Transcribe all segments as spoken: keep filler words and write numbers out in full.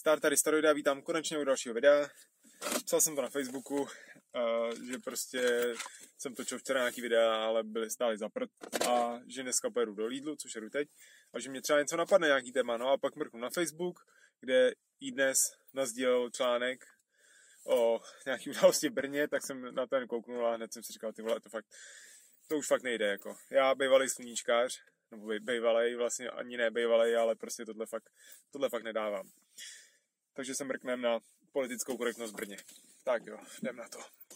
Star tady Staroida, vítám konečně u dalšího videa. Psal jsem to na Facebooku, že prostě jsem točil včera nějaký videa, ale byly stále za prd a že dneska pojedu do Lidlu, což jedu teď, a že mě třeba něco napadne, nějaký téma. No a pak mrknu na Facebook, kde i dnes nasdílel článek o nějaký události v Brně, tak jsem na ten kouknul a hned jsem si říkal, ty vole, to fakt, to už fakt nejde, jako. Já bývalý sluníčkář, nebo bývalej, vlastně ani ne bývalej, ale prostě tohle fakt, tohle fakt nedávám. Takže se mrknem na politickou korektnost v Brně. Tak jo, jdem na to.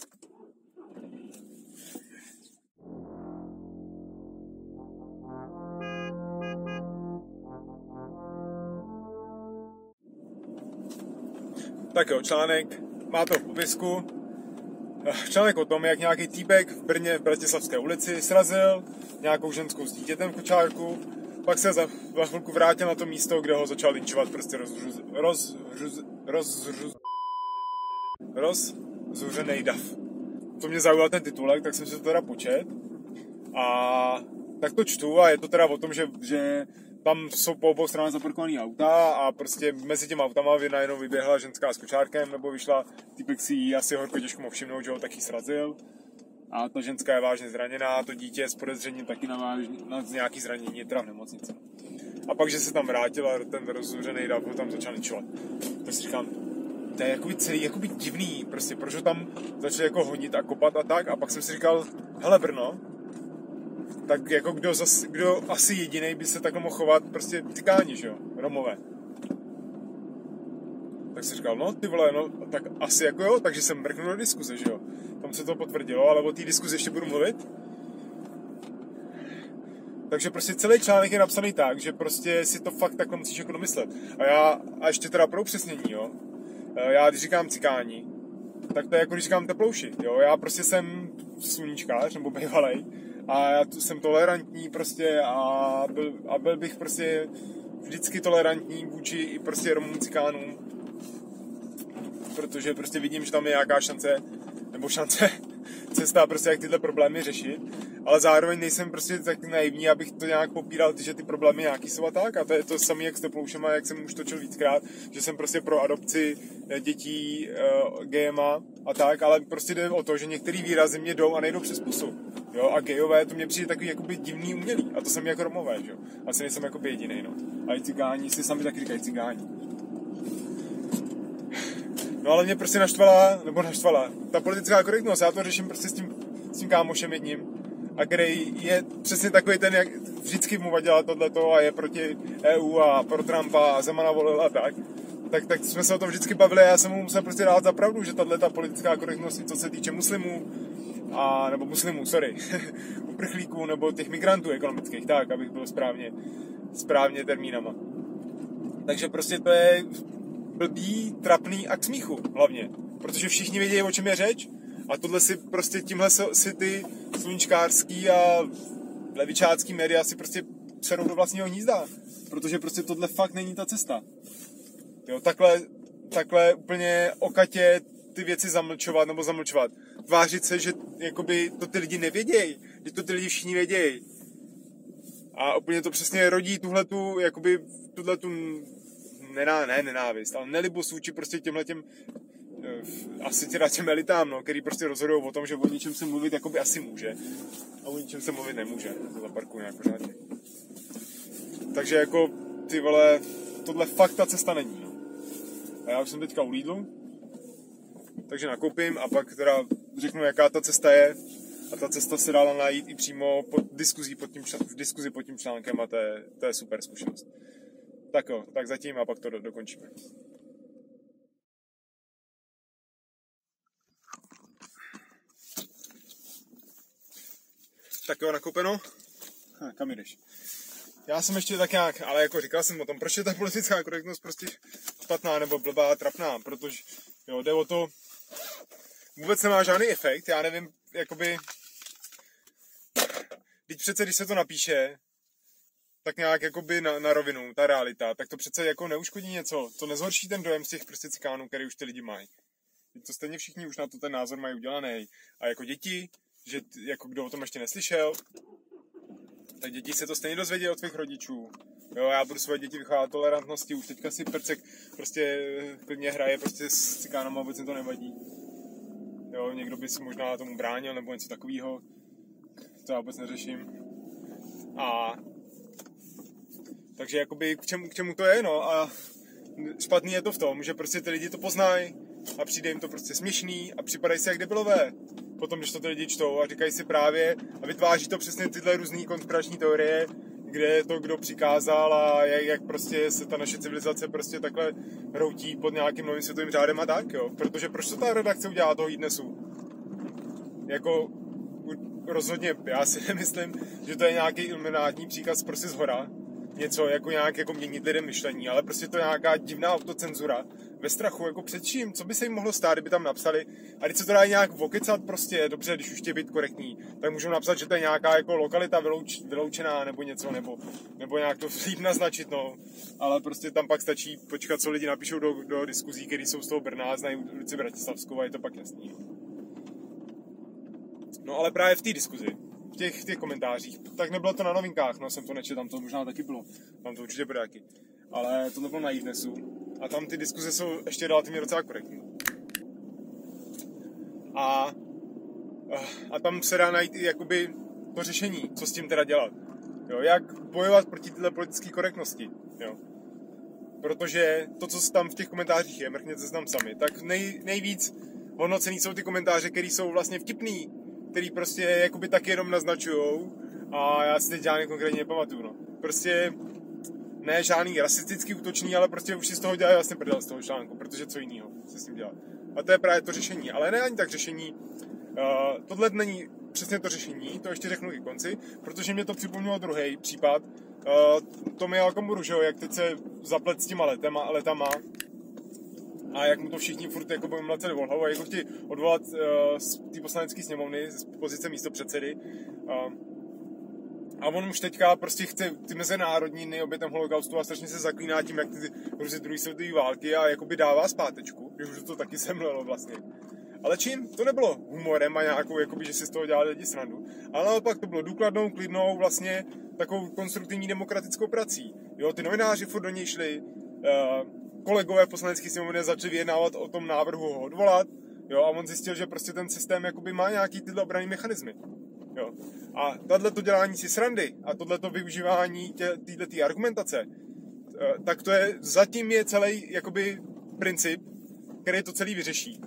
Tak jo, článek, má to v popisku. Článek o tom, jak nějaký týpek v Brně v Bratislavské ulici srazil nějakou ženskou s dítětem v kočárku, pak se za, za chvilku vrátil na to místo, kde ho začal linčovat prostě rozzuřený roz, roz, roz, roz, rozzuřenej dav. To mě zaujal ten titulek, tak jsem si to teda počet. A tak to čtu a je to teda o tom, že, že tam jsou po obou stranách zaparkovaný auta a prostě mezi těma autama najednou vyběhla ženská s kočárkem, nebo vyšla, týpek si jí asi horko těžko mohl všimnout, že ho taky srazil. A ta ženská je vážně zraněná a to dítě s podezřením taky na, vážný, na nějaký zranění je teda v nemocnici. A pak, že se tam vrátil a ten rozzuřený dav ho tam začal linčovat. Tak si říkám, to je jakoby celý jakoby divný, prostě proč ho tam začali jako honit a kopat a tak, a pak jsem si říkal, hele Brno, tak jako kdo, zas, kdo asi jedinej by se takhle mohl chovat, prostě cikáni, že jo, Romové. Tak si říkal, no ty vole, no tak asi jako jo, takže jsem mrknul do diskuze, že jo. Tam se to potvrdilo, ale o té diskuzi ještě budu mluvit. Takže prostě celý článek je napsaný tak, že prostě si to fakt takhle musíš jako domyslet. A já, a ještě teda pro upřesnění, jo. Já když říkám cikáni, tak to je jako když říkám teplouši, jo. Já prostě jsem sluníčkář, nebo bývalej, a já tu jsem tolerantní prostě a byl, a byl bych prostě vždycky tolerantní vůči i prostě Romům, cikánům, protože prostě vidím, že tam je nějaká šance, nebo šance, cesta prostě jak tyhle problémy řešit, ale zároveň nejsem prostě tak naivní, abych to nějak popíral, že ty problémy nějaký jsou a tak, a to je to samé jak s teploušema, jak jsem už točil víckrát, že jsem prostě pro adopci dětí uh, gejema a tak, ale prostě jde o to, že některý výrazy mě jdou a nejdou přes pusu, jo, a gejové, to mě přijde takový jakoby divný umělý, a to jsem jako Romové, jo, asi nejsem jakoby jedinej, no, a i cigáni si sami taky říkají cigáni. No ale mě prostě naštvala, nebo naštvala, ta politická korektnost, já to řeším prostě s tím, s tím kámošem jedním, a který je přesně takový ten, jak vždycky mu vadila tohleto a je proti E U a pro Trumpa a Zemana volil a tak, tak, tak jsme se o tom vždycky bavili a já jsem mu musel prostě dát za pravdu, že tato politická korektnost, co se týče muslimů, a, nebo muslimů, sorry, uprchlíků nebo těch migrantů ekonomických, tak, abych byl správně, správně termínama. Takže prostě to je blbý, trapný a k smíchu hlavně, protože všichni vědí, o čem je řeč, a tohle si prostě tímhle si ty sluníčkářský a levičácký média si prostě přerou do vlastního hnízda, protože prostě tohle fakt není ta cesta. Jo, takhle, takhle úplně okatě ty věci zamlčovat nebo zamlčovat. Tvářit se, že jakoby to ty lidi nevědějí, že to ty lidi všichni vědějí. A úplně to přesně rodí tuhletu, jakoby tuhletu nená, ne nenávist, ale nelibost vůči prostě těmhletěm asi teda těm elitám, no, který prostě rozhodují o tom, že o ničem se mluvit jakoby asi může a o ničem se mluvit nemůže, to zaparkuju nějak pořádně. Takže jako, ty vole, tohle fakt ta cesta není, no. A já už jsem teďka u Lidlu, takže nakoupím a pak teda řeknu, jaká ta cesta je, a ta cesta se dala najít i přímo pod diskuzí pod tím, v diskuzi pod tím článkem a to je, to je super zkušenost. Tak jo, tak zatím a pak to do, dokončíme. Tak jo, nakoupeno. Ha, kam jdeš? Já jsem ještě tak nějak, ale jako říkal jsem o tom, proč je ta politická korektnost prostě špatná nebo blbá, trapná, protože jo, jde o to, vůbec nemá žádný efekt, já nevím, jakoby, teď přece, když se to napíše, tak nějak jakoby na, na rovinu, ta realita, tak to přece jako neuškodí něco, to nezhorší ten dojem z těch prostě cikánů, který už ty lidi mají. To stejně všichni už na to ten názor mají udělaný. A jako děti, že jako kdo o tom ještě neslyšel, tak děti se to stejně dozvědí od svých rodičů. Jo, já budu své děti vychovávat tolerantnosti, už teďka si Percek prostě klidně hraje prostě s cikánama, vůbec mi to nevadí. Jo, někdo by si možná tomu bránil nebo něco takového, to já vůbec neřeším. A takže jakoby k čemu, k čemu to je, no, a špatný je to v tom, že prostě ty lidi to poznají a přijde jim to prostě směšný a připadají si jak debilové. Potom, když to ty lidi čtou a říkají si právě a vytváří to přesně tyhle různý konspirační teorie, kde je to kdo přikázal a jak, jak prostě se ta naše civilizace prostě takhle hroutí pod nějakým novým světovým řádem a tak, jo. Protože proč to ta redakce udělá toho iDnesu? Jako rozhodně, já si nemyslím, že to je nějaký iluminátní příkaz prostě zhora, něco jako nějak jako měnit lidem myšlení, ale prostě to je nějaká divná autocenzura ve strachu, jako před čím, co by se jim mohlo stát, kdyby tam napsali, a když se to dá nějak vokecat prostě, dobře, když už chtějí být korektní, tak můžou napsat, že to je nějaká jako lokalita vylouč, vyloučená nebo něco, nebo, nebo nějak to líp naznačit, no, ale prostě tam pak stačí počkat, co lidi napíšou do, do diskuzí, které jsou z toho Brna, znají ulici Bratislavskou a je to pak jasný. No ale právě v té diskuzi, v těch, v těch komentářích, tak nebylo to na Novinkách, no jsem to nečetl, tam to možná taky bylo, tam to určitě bude taky, ale to nebylo na iDnesu a tam ty diskuze jsou ještě relativně docela korektní. A, a tam se dá najít i jakoby to řešení, co s tím teda dělat, jo, jak bojovat proti této politické korektnosti, jo. Protože to, co tam v těch komentářích je, mrkněte se tam sami, tak nej, nejvíc hodnocený jsou ty komentáře, které jsou vlastně vtipný, který prostě jakoby tak jenom naznačujou a já si teď žádný konkrétně nepamatuju, no. Prostě ne žádný rasistický útočný, ale prostě už si z toho dělají vlastně prdel z toho článku, protože co jiného se s tím dělat. A to je právě to řešení, ale ne ani tak řešení. Uh, tohle není přesně to řešení, to ještě řeknu i konci, protože mě to připomnělo druhý případ. Uh, Tomia Okamuru, že jo, jak teď se zaplet s těma letama, letama a jak mu to všichni furt jako by mlaceli o hlavu, jako chtějí odvolat uh, z té poslanecké sněmovny, z pozice místopředsedy. Uh, a on už teďka prostě chce ty mezinárodní dny obětem holokaustu a strašně se zaklíná tím, jak ty Rusy druhé světové války a jakoby dává zpátečku, když už to taky semlelo vlastně. Ale čím? To nebylo humorem a nějakou, jakoby, že si z toho dělali lidi srandu. Ale naopak to bylo důkladnou, klidnou, vlastně takovou konstruktivní demokratickou prací. Jo, ty novináři furt do něj šli, uh, kolegové v poslanecké sněmovně začali vyjednávat o tom návrhu ho odvolat, jo, a on zjistil, že prostě ten systém jakoby má nějaký tyhle obranné mechanismy. Jo. A tato dělání si srandy a tohleto využívání této argumentace, tak to je, zatím je celý jakoby princip, který to celý vyřeší.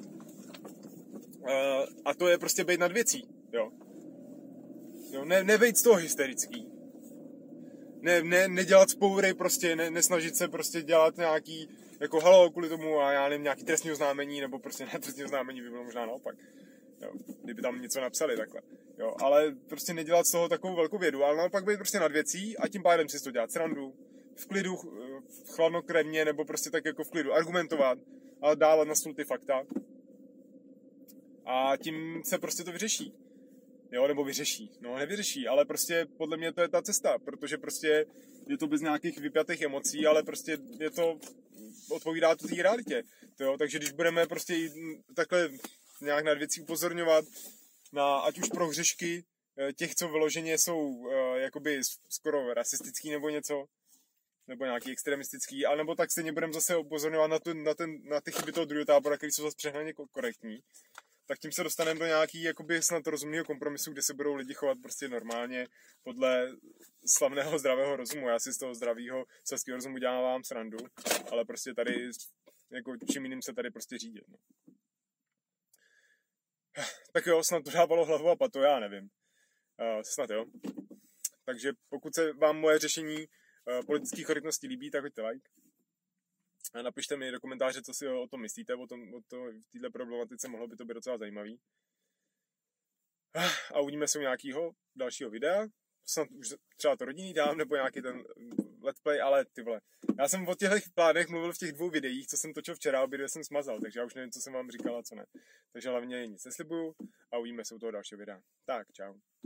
A to je prostě být nad věcí. Jo. Jo, ne, nebejt z toho hysterický. Ne, ne, nedělat spoury, prostě, ne, nesnažit se prostě dělat nějaký, jako halo kvůli tomu a já nevím, nějaký trestní oznámení, nebo prostě ne trestní oznámení by bylo možná naopak. Jo, kdyby tam něco napsali takhle. Jo, ale prostě nedělat z toho takovou velkou vědu, ale naopak být prostě nad věcí a tím pádem si to dělat srandu, v klidu, chladnokrevně, nebo prostě tak jako v klidu argumentovat a dávat na stůl ty fakta. A tím se prostě to vyřeší. Jo, nebo vyřeší. No, nevyřeší, ale prostě podle mě to je ta cesta, protože prostě je to bez nějakých vypjatých emocí, ale prostě je to, odpovídá to té realitě. Jo, takže když budeme prostě takhle nějak nad věcí upozorňovat, na ať už prohřešky těch, co vyloženě jsou uh, jakoby skoro rasistický nebo něco, nebo nějaký extremistický, anebo tak stejně budeme zase upozorňovat na, tu, na, ten, na ty chyby toho druhého tábora, který jsou zase přehnaně korektní, tak tím se dostaneme do nějaký jakoby snad rozumného kompromisu, kde se budou lidi chovat prostě normálně podle slavného zdravého rozumu. Já si z toho zdravého selského rozumu dělám srandu, ale prostě tady jako čím jiným se tady prostě řídit. No. Tak jo, snad to dávalo hlavu a patu, já nevím. Uh, snad jo. Takže pokud se vám moje řešení uh, politických korektností líbí, tak hoďte like. A napište mi do komentáře, co si o, o tom myslíte, o, tom, o to, v této problematice, mohlo by to být docela zajímavý. A uvidíme se u nějakého dalšího videa. Snad už třeba to rodinný dám, nebo nějaký ten let's play, ale ty vole. Já jsem o těchto plánech mluvil v těch dvou videích, co jsem točil včera, obě dvě jsem smazal, takže já už nevím, co jsem vám říkal a co ne. Takže hlavně nic neslibuju a uvidíme se u toho dalšího videa. Tak, čau.